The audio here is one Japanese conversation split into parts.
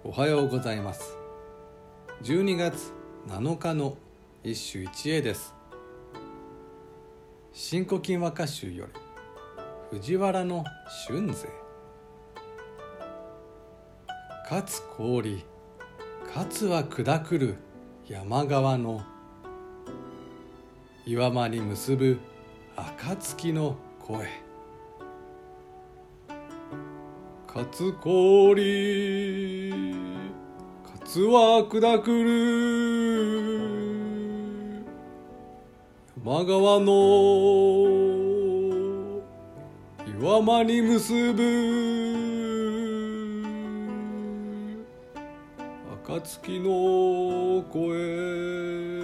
おはようございます。12月7日の一首一会です。新古今和歌集より藤原の春勢。かつ氷、かつは砕くる山川の岩間に結ぶ暁の声。かつ氷、かつは砕くる山川の岩間に結ぶ暁の声。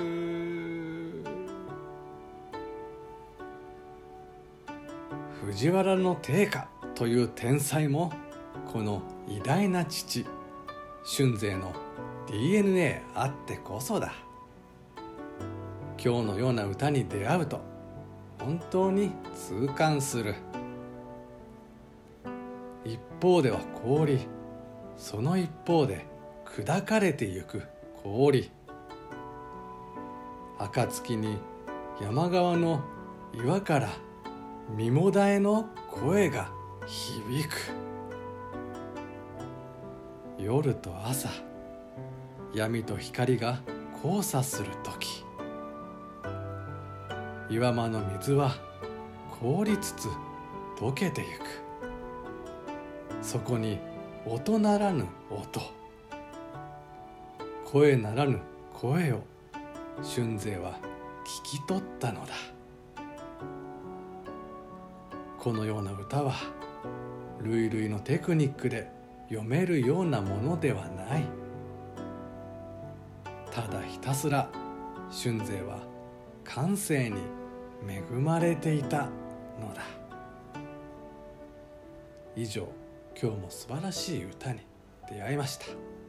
藤原定家という天才もこの偉大な父春勢の DNA あってこそだ。今日のような歌に出会うと本当に痛感する。一方では氷、その一方で砕かれてゆく氷。暁に山側の岩から身もだえの声が響く。夜と朝、闇と光が交差するとき、岩間の水は凍りつつ溶けてゆく。そこに音ならぬ音、声ならぬ声を春勢は聞き取ったのだ。このような歌は類々のテクニックで読めるようなものではない。ただひたすら春勢は感性に恵まれていたのだ。以上、今日も素晴らしい歌に出会いました。